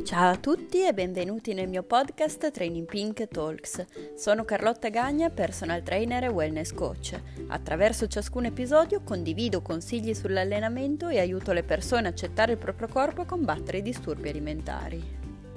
Ciao a tutti e benvenuti nel mio podcast Training Pink Talks. Sono Carlotta Gagna, personal trainer e wellness coach. Attraverso ciascun episodio condivido consigli sull'allenamento e aiuto le persone a accettare il proprio corpo e a combattere i disturbi alimentari.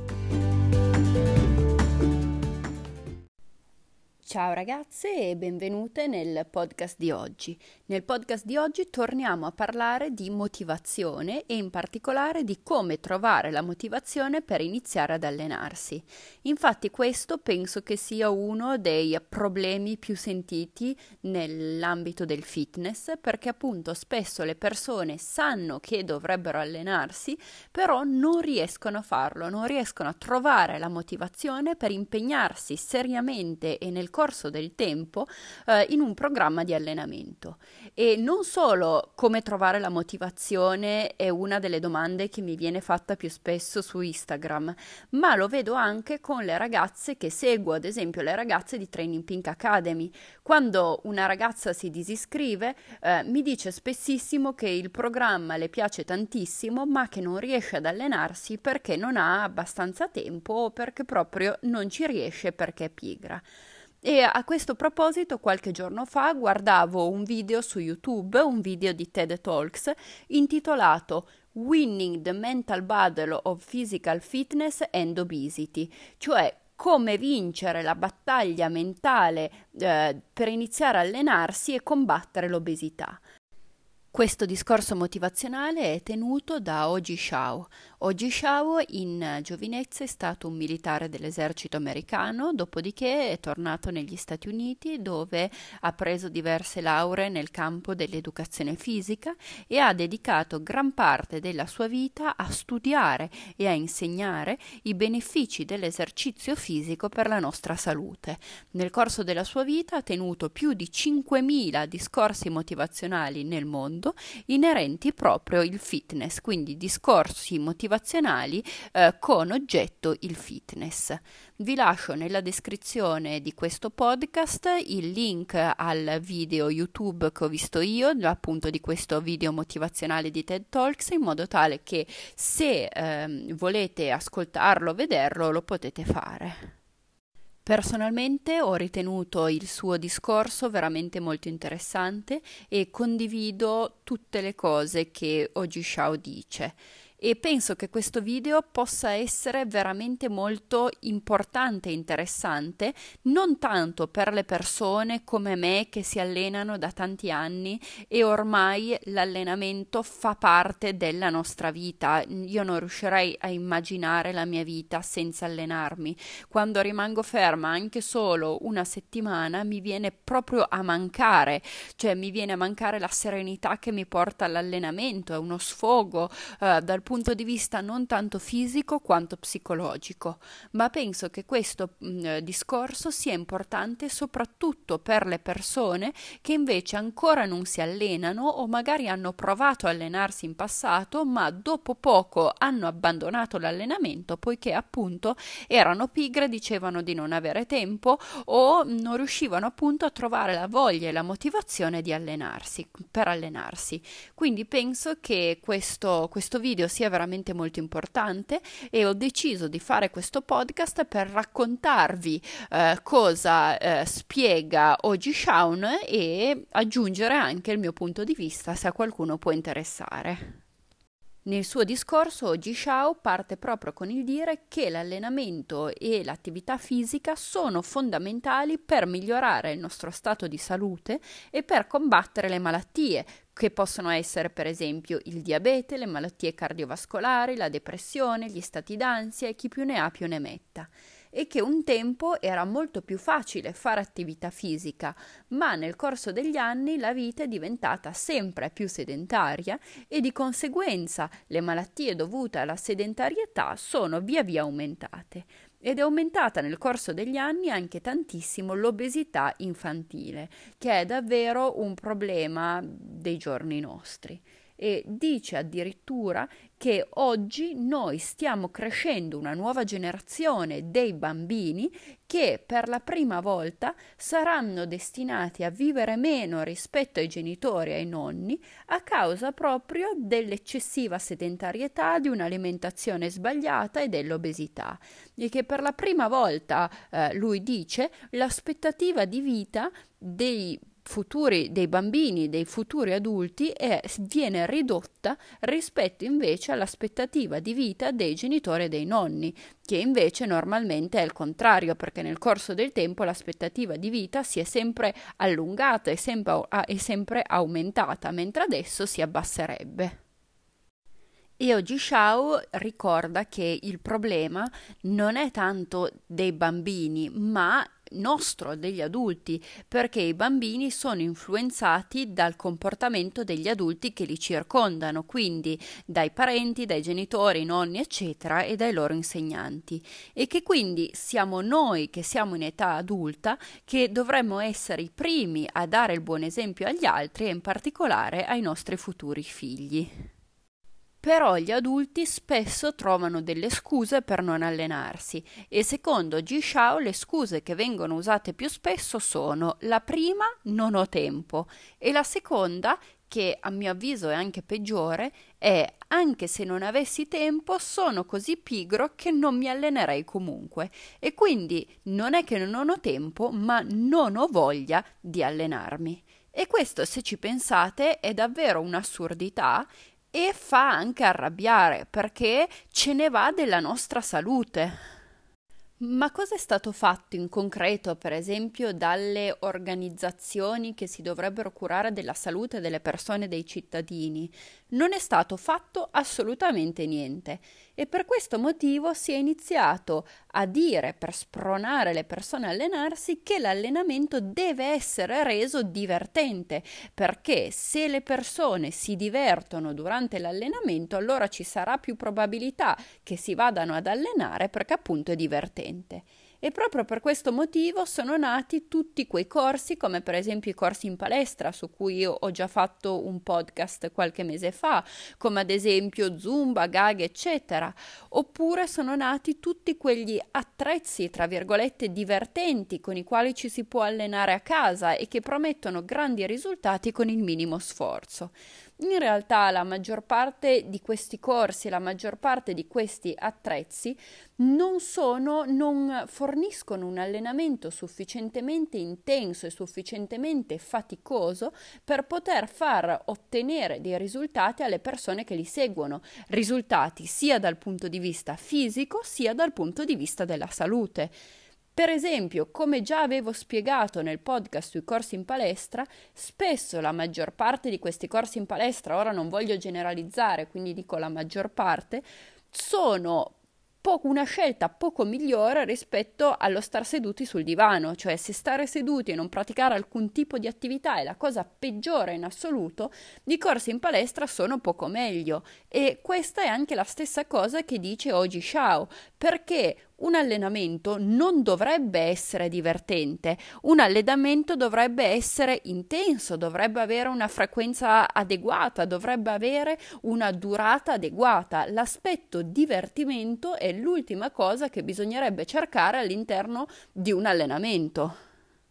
Ciao ragazze e benvenute nel podcast di oggi. Nel podcast di oggi torniamo a parlare di motivazione e in particolare di come trovare la motivazione per iniziare ad allenarsi. Infatti questo penso che sia uno dei problemi più sentiti nell'ambito del fitness, perché appunto spesso le persone sanno che dovrebbero allenarsi, però non riescono a farlo, non riescono a trovare la motivazione per impegnarsi seriamente e nel corso del tempo in un programma di allenamento. E non solo come trovare la motivazione è una delle domande che mi viene fatta più spesso su Instagram, ma lo vedo anche con le ragazze che seguo, ad esempio le ragazze di Training Pink Academy. Quando una ragazza si disiscrive mi dice spessissimo che il programma le piace tantissimo, ma che non riesce ad allenarsi perché non ha abbastanza tempo o perché proprio non ci riesce perché è pigra. E a questo proposito qualche giorno fa guardavo un video su YouTube, un video di TED Talks intitolato Winning the Mental Battle of Physical Fitness and Obesity, cioè come vincere la battaglia mentale per iniziare a allenarsi e combattere l'obesità. Questo discorso motivazionale è tenuto da Oji Shao. Oji Shao in giovinezza è stato un militare dell'esercito americano, dopodiché è tornato negli Stati Uniti dove ha preso diverse lauree nel campo dell'educazione fisica e ha dedicato gran parte della sua vita a studiare e a insegnare i benefici dell'esercizio fisico per la nostra salute. Nel corso della sua vita ha tenuto più di 5.000 discorsi motivazionali nel mondo inerenti proprio il fitness, quindi discorsi motivazionali con oggetto il fitness. Vi lascio nella descrizione di questo podcast il link al video YouTube che ho visto io, appunto di questo video motivazionale di TED Talks, in modo tale che se volete ascoltarlo o vederlo lo potete fare. Personalmente ho ritenuto il suo discorso veramente molto interessante e condivido tutte le cose che Oji Shao dice. E penso che questo video possa essere veramente molto importante e interessante, non tanto per le persone come me che si allenano da tanti anni e ormai l'allenamento fa parte della nostra vita. Io non riuscirei a immaginare la mia vita senza allenarmi. Quando rimango ferma anche solo una settimana mi viene proprio a mancare, cioè mi viene a mancare la serenità che mi porta all'allenamento, è uno sfogo dal punto di vista non tanto fisico quanto psicologico, ma penso che questo discorso sia importante soprattutto per le persone che invece ancora non si allenano o magari hanno provato a allenarsi in passato ma dopo poco hanno abbandonato l'allenamento poiché appunto erano pigre, dicevano di non avere tempo o non riuscivano appunto a trovare la voglia e la motivazione di allenarsi, per allenarsi. Quindi penso che questo video sia veramente molto importante e ho deciso di fare questo podcast per raccontarvi cosa spiega Oji Shao e aggiungere anche il mio punto di vista se a qualcuno può interessare. Nel suo discorso Oji Shao parte proprio con il dire che l'allenamento e l'attività fisica sono fondamentali per migliorare il nostro stato di salute e per combattere le malattie, che possono essere per esempio il diabete, le malattie cardiovascolari, la depressione, gli stati d'ansia e chi più ne ha più ne metta. E che un tempo era molto più facile fare attività fisica, ma nel corso degli anni la vita è diventata sempre più sedentaria e di conseguenza le malattie dovute alla sedentarietà sono via via aumentate. Ed è aumentata nel corso degli anni anche tantissimo l'obesità infantile, che è davvero un problema dei giorni nostri. e dice addirittura che oggi noi stiamo crescendo una nuova generazione dei bambini che per la prima volta saranno destinati a vivere meno rispetto ai genitori e ai nonni a causa proprio dell'eccessiva sedentarietà, di un'alimentazione sbagliata e dell'obesità, e che per la prima volta, lui dice, l'aspettativa di vita dei bambini, dei futuri adulti viene ridotta rispetto invece all'aspettativa di vita dei genitori e dei nonni, che invece normalmente è il contrario, perché nel corso del tempo l'aspettativa di vita si è sempre allungata e sempre aumentata, mentre adesso si abbasserebbe. E oggi Xiao ricorda che il problema non è tanto dei bambini, ma nostro, degli adulti, perché i bambini sono influenzati dal comportamento degli adulti che li circondano, quindi dai parenti, dai genitori, nonni, eccetera, e dai loro insegnanti, e che quindi siamo noi che siamo in età adulta che dovremmo essere i primi a dare il buon esempio agli altri e in particolare ai nostri futuri figli. Però gli adulti spesso trovano delle scuse per non allenarsi e secondo Ji Shao le scuse che vengono usate più spesso sono: la prima, non ho tempo, e la seconda, che a mio avviso è anche peggiore, è: anche se non avessi tempo sono così pigro che non mi allenerei comunque. E quindi non è che non ho tempo, ma non ho voglia di allenarmi. E questo, se ci pensate, è davvero un'assurdità e fa anche arrabbiare, perché ce ne va della nostra salute. Ma cosa è stato fatto in concreto, per esempio, dalle organizzazioni che si dovrebbero curare della salute delle persone e dei cittadini? Non è stato fatto assolutamente niente, e per questo motivo si è iniziato a dire, per spronare le persone a allenarsi, che l'allenamento deve essere reso divertente, perché se le persone si divertono durante l'allenamento, allora ci sarà più probabilità che si vadano ad allenare, perché appunto è divertente. E proprio per questo motivo sono nati tutti quei corsi, come per esempio i corsi in palestra, su cui io ho già fatto un podcast qualche mese fa, come ad esempio Zumba, Gag, eccetera. Oppure sono nati tutti quegli attrezzi, tra virgolette, divertenti, con i quali ci si può allenare a casa e che promettono grandi risultati con il minimo sforzo. In realtà la maggior parte di questi corsi, la maggior parte di questi attrezzi non forniscono un allenamento sufficientemente intenso e sufficientemente faticoso per poter far ottenere dei risultati alle persone che li seguono, risultati sia dal punto di vista fisico sia dal punto di vista della salute. Per esempio, come già avevo spiegato nel podcast sui corsi in palestra, spesso la maggior parte di questi corsi in palestra, ora non voglio generalizzare, quindi dico la maggior parte, sono una scelta poco migliore rispetto allo star seduti sul divano, cioè se stare seduti e non praticare alcun tipo di attività è la cosa peggiore in assoluto, i corsi in palestra sono poco meglio, e questa è anche la stessa cosa che dice oggi Xiao, perché un allenamento non dovrebbe essere divertente, un allenamento dovrebbe essere intenso, dovrebbe avere una frequenza adeguata, dovrebbe avere una durata adeguata. L'aspetto divertimento è l'ultima cosa che bisognerebbe cercare all'interno di un allenamento.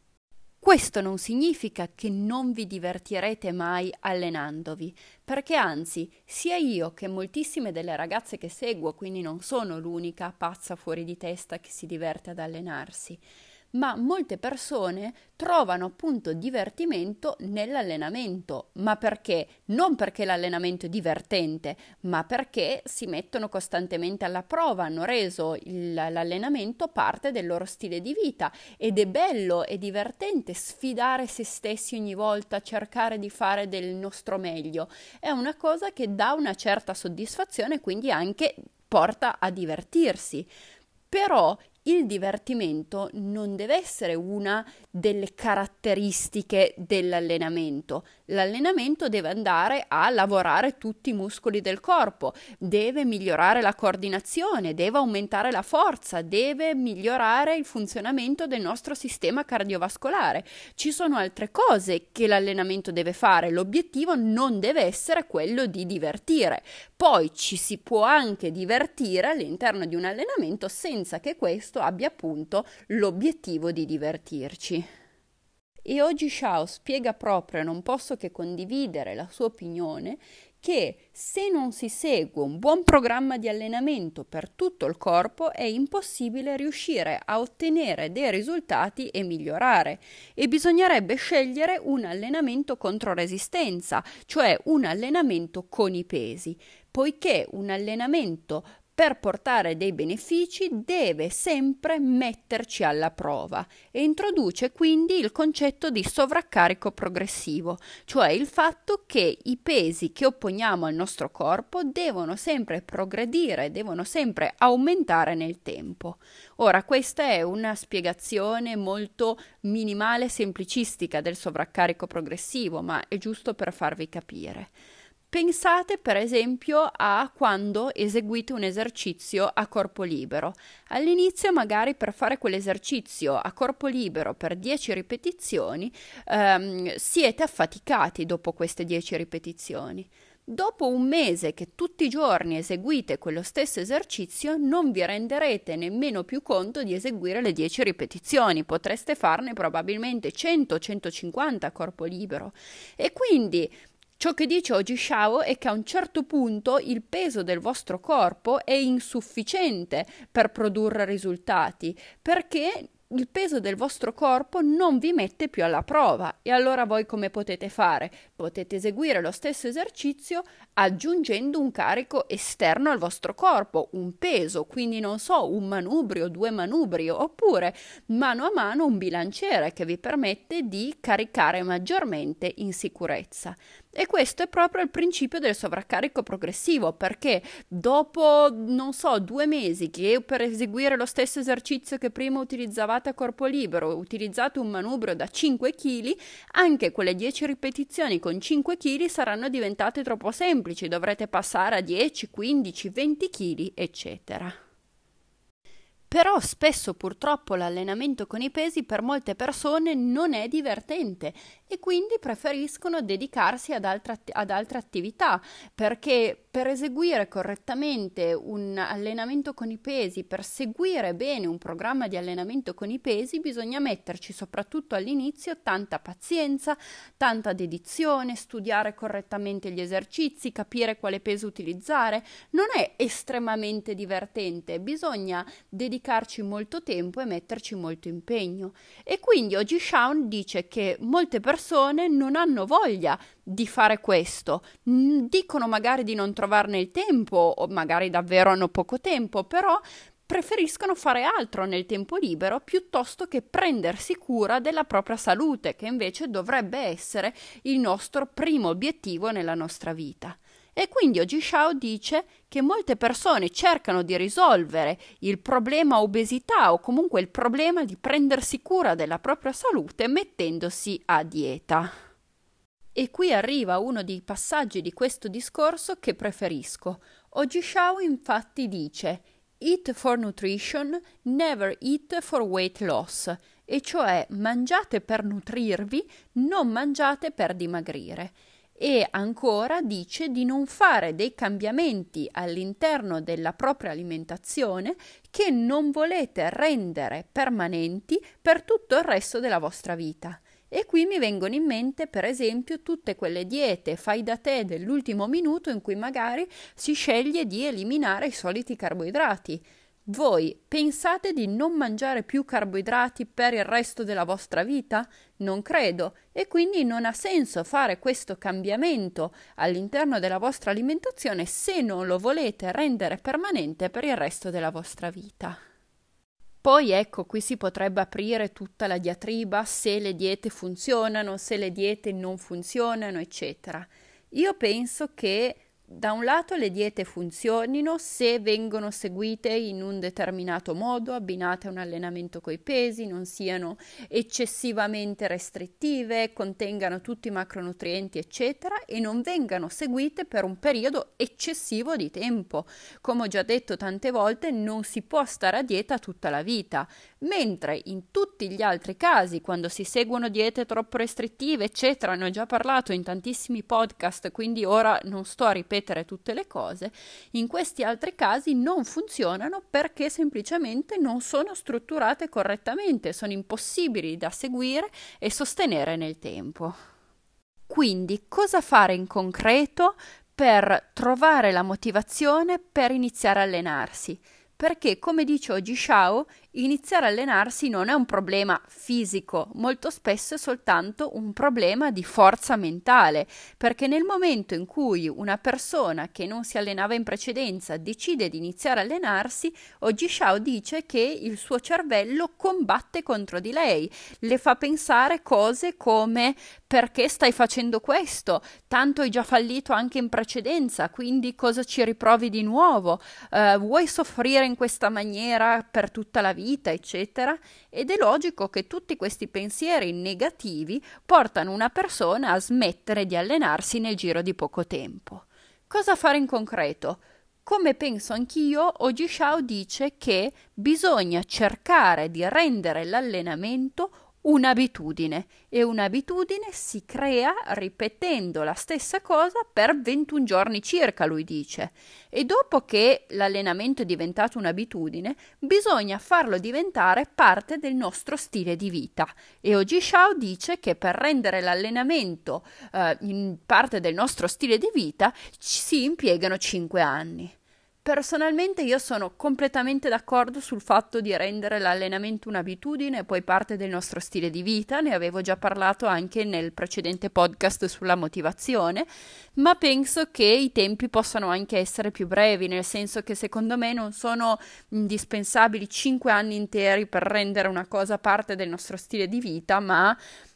Questo non significa che non vi divertirete mai allenandovi, perché anzi, sia io che moltissime delle ragazze che seguo, quindi non sono l'unica pazza fuori di testa che si diverte ad allenarsi, ma molte persone trovano appunto divertimento nell'allenamento. Ma perché? Non perché l'allenamento è divertente, ma perché si mettono costantemente alla prova, hanno reso l'allenamento parte del loro stile di vita, ed è bello e divertente sfidare se stessi ogni volta, cercare di fare del nostro meglio. È una cosa che dà una certa soddisfazione, quindi anche porta a divertirsi. Però il divertimento non deve essere una delle caratteristiche dell'allenamento. L'allenamento deve andare a lavorare tutti i muscoli del corpo, deve migliorare la coordinazione, deve aumentare la forza, deve migliorare il funzionamento del nostro sistema cardiovascolare. Ci sono altre cose che l'allenamento deve fare, l'obiettivo non deve essere quello di divertire. Poi ci si può anche divertire all'interno di un allenamento senza che questo abbia appunto l'obiettivo di divertirci. E oggi Xiao spiega proprio, non posso che condividere la sua opinione, che se non si segue un buon programma di allenamento per tutto il corpo è impossibile riuscire a ottenere dei risultati e migliorare, e bisognerebbe scegliere un allenamento contro resistenza, cioè un allenamento con i pesi, poiché un allenamento per portare dei benefici deve sempre metterci alla prova, e introduce quindi il concetto di sovraccarico progressivo, cioè il fatto che i pesi che opponiamo al nostro corpo devono sempre progredire, devono sempre aumentare nel tempo. Ora, questa è una spiegazione molto minimale e semplicistica del sovraccarico progressivo, ma è giusto per farvi capire. Pensate per esempio a quando eseguite un esercizio a corpo libero. All'inizio magari per fare quell'esercizio a corpo libero per 10 ripetizioni siete affaticati dopo queste 10 ripetizioni. Dopo un mese che tutti i giorni eseguite quello stesso esercizio non vi renderete nemmeno più conto di eseguire le 10 ripetizioni, potreste farne probabilmente 100-150 a corpo libero, e quindi ciò che dice oggi Xiao è che a un certo punto il peso del vostro corpo è insufficiente per produrre risultati, perché il peso del vostro corpo non vi mette più alla prova. E allora voi come potete fare? Potete eseguire lo stesso esercizio aggiungendo un carico esterno al vostro corpo, un peso, quindi non so, un manubrio, 2 manubri, oppure mano a mano un bilanciere che vi permette di caricare maggiormente in sicurezza. E questo è proprio il principio del sovraccarico progressivo, perché dopo, non so, 2 mesi che per eseguire lo stesso esercizio che prima utilizzavate a corpo libero utilizzate un manubrio da 5 kg, anche quelle 10 ripetizioni con 5 kg saranno diventate troppo semplici, dovrete passare a 10, 15, 20 kg, eccetera. Però spesso purtroppo l'allenamento con i pesi per molte persone non è divertente e quindi preferiscono dedicarsi ad altre attività, perché per eseguire correttamente un allenamento con i pesi, per seguire bene un programma di allenamento con i pesi, bisogna metterci soprattutto all'inizio tanta pazienza, tanta dedizione, studiare correttamente gli esercizi, capire quale peso utilizzare. Non è estremamente divertente, bisogna dedicarci molto tempo e metterci molto impegno. E quindi oggi Shaun dice che molte persone non hanno voglia di fare questo, dicono magari di non trovarne il tempo o magari davvero hanno poco tempo, però preferiscono fare altro nel tempo libero piuttosto che prendersi cura della propria salute, che invece dovrebbe essere il nostro primo obiettivo nella nostra vita. E quindi oggi Xiao dice che molte persone cercano di risolvere il problema obesità o comunque il problema di prendersi cura della propria salute mettendosi a dieta. E qui arriva uno dei passaggi di questo discorso che preferisco. Oggi Xiao infatti dice: Eat for nutrition, never eat for weight loss, e cioè mangiate per nutrirvi, non mangiate per dimagrire. E ancora dice di non fare dei cambiamenti all'interno della propria alimentazione che non volete rendere permanenti per tutto il resto della vostra vita. E qui mi vengono in mente, per esempio, tutte quelle diete fai da te dell'ultimo minuto in cui magari si sceglie di eliminare i soliti carboidrati. Voi pensate di non mangiare più carboidrati per il resto della vostra vita? Non credo, e quindi non ha senso fare questo cambiamento all'interno della vostra alimentazione se non lo volete rendere permanente per il resto della vostra vita. Poi ecco, qui si potrebbe aprire tutta la diatriba se le diete funzionano, se le diete non funzionano, eccetera. Io penso che da un lato le diete funzionino se vengono seguite in un determinato modo, abbinate a un allenamento coi pesi, non siano eccessivamente restrittive, contengano tutti i macronutrienti, eccetera, e non vengano seguite per un periodo eccessivo di tempo. Come ho già detto tante volte, non si può stare a dieta tutta la vita, mentre in tutti gli altri casi, quando si seguono diete troppo restrittive, eccetera, ne ho già parlato in tantissimi podcast, quindi ora non sto a ripetere tutte le cose, in questi altri casi non funzionano perché semplicemente non sono strutturate correttamente, sono impossibili da seguire e sostenere nel tempo. Quindi, cosa fare in concreto per trovare la motivazione per iniziare a allenarsi? Perché, come dice Oji Shao, iniziare a allenarsi non è un problema fisico, molto spesso è soltanto un problema di forza mentale, perché nel momento in cui una persona che non si allenava in precedenza decide di iniziare a allenarsi, Oji Shao dice che il suo cervello combatte contro di lei, le fa pensare cose come: perché stai facendo questo? Tanto hai già fallito anche in precedenza, quindi cosa ci riprovi di nuovo? Vuoi soffrire in questa maniera per tutta la vita, eccetera? Ed è logico che tutti questi pensieri negativi portano una persona a smettere di allenarsi nel giro di poco tempo. Cosa fare in concreto? Come penso anch'io, Oji Shao dice che bisogna cercare di rendere l'allenamento un'abitudine, e un'abitudine si crea ripetendo la stessa cosa per 21 giorni circa, lui dice, e dopo che l'allenamento è diventato un'abitudine bisogna farlo diventare parte del nostro stile di vita, e Oji Shao dice che per rendere l'allenamento in parte del nostro stile di vita si impiegano 5 anni. Personalmente io sono completamente d'accordo sul fatto di rendere l'allenamento un'abitudine e poi parte del nostro stile di vita, ne avevo già parlato anche nel precedente podcast sulla motivazione, ma penso che i tempi possano anche essere più brevi, nel senso che secondo me non sono indispensabili 5 anni interi per rendere una cosa parte del nostro stile di vita, ma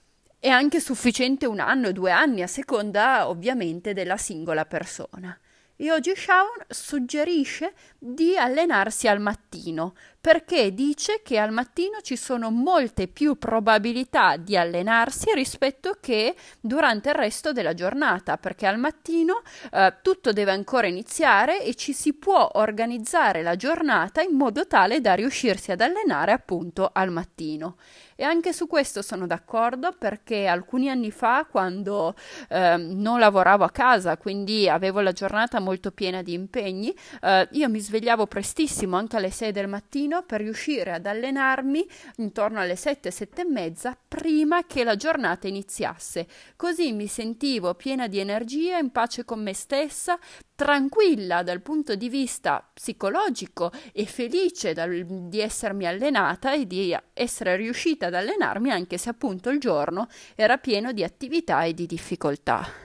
è anche sufficiente 1 anno, 2 anni, a seconda ovviamente della singola persona. E Oji Shao suggerisce di allenarsi al mattino, perché dice che al mattino ci sono molte più probabilità di allenarsi rispetto che durante il resto della giornata, perché al mattino tutto deve ancora iniziare e ci si può organizzare la giornata in modo tale da riuscirsi ad allenare appunto al mattino. E anche su questo sono d'accordo, perché alcuni anni fa, quando non lavoravo a casa, quindi avevo la giornata molto piena di impegni, io mi svegliavo prestissimo, anche alle 6 del mattino, per riuscire ad allenarmi intorno alle 7, 7 e mezza, prima che la giornata iniziasse. Così mi sentivo piena di energia, in pace con me stessa, tranquilla dal punto di vista psicologico e felice di essermi allenata e di essere riuscita ad allenarmi, anche se appunto il giorno era pieno di attività e di difficoltà.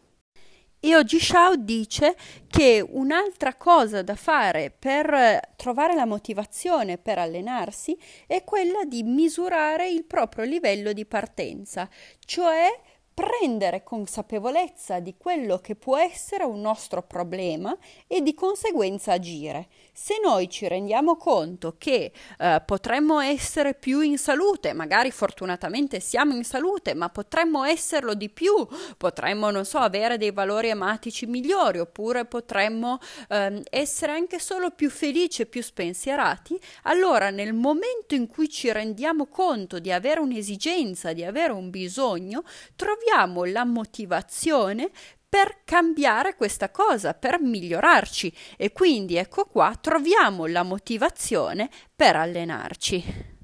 E Oji Shao dice che un'altra cosa da fare per trovare la motivazione per allenarsi è quella di misurare il proprio livello di partenza, cioè prendere consapevolezza di quello che può essere un nostro problema e di conseguenza agire. Se noi ci rendiamo conto che potremmo essere più in salute, magari fortunatamente siamo in salute, ma potremmo esserlo di più, potremmo, non so, avere dei valori ematici migliori, oppure potremmo essere anche solo più felici, più spensierati, allora nel momento in cui ci rendiamo conto di avere un'esigenza, di avere un bisogno, troviamo la motivazione per cambiare questa cosa, per migliorarci, e quindi ecco qua troviamo la motivazione per allenarci.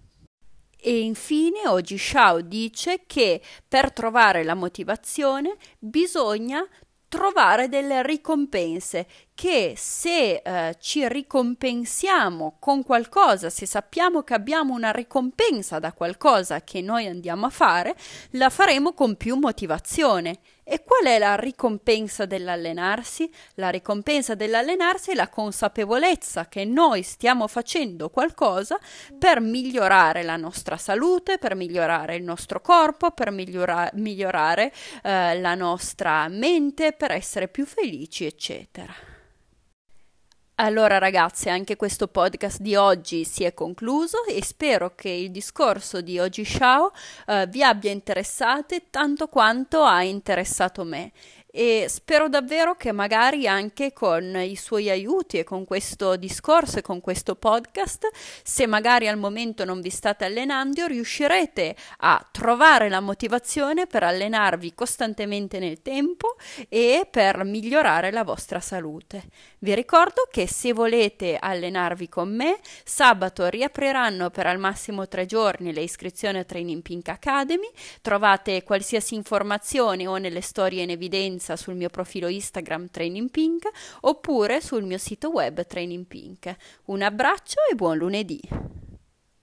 E infine Oji Shao dice che per trovare la motivazione bisogna trovare delle ricompense che se ci ricompensiamo con qualcosa, se sappiamo che abbiamo una ricompensa da qualcosa che noi andiamo a fare, la faremo con più motivazione. E qual è la ricompensa dell'allenarsi? La ricompensa dell'allenarsi è la consapevolezza che noi stiamo facendo qualcosa per migliorare la nostra salute, per migliorare il nostro corpo, per migliorare la nostra mente, per essere più felici, eccetera. Allora ragazze, anche questo podcast di oggi si è concluso e spero che il discorso di Oggi Shao vi abbia interessate tanto quanto ha interessato me. E spero davvero che magari anche con i suoi aiuti e con questo discorso e con questo podcast, se magari al momento non vi state allenando, riuscirete a trovare la motivazione per allenarvi costantemente nel tempo e per migliorare la vostra salute. Vi ricordo che se volete allenarvi con me, sabato riapriranno per al massimo 3 giorni le iscrizioni a Training Pink Academy. Trovate qualsiasi informazione o nelle storie in evidenza sul mio profilo Instagram Training Pink oppure sul mio sito web Training Pink. Un abbraccio e buon lunedì!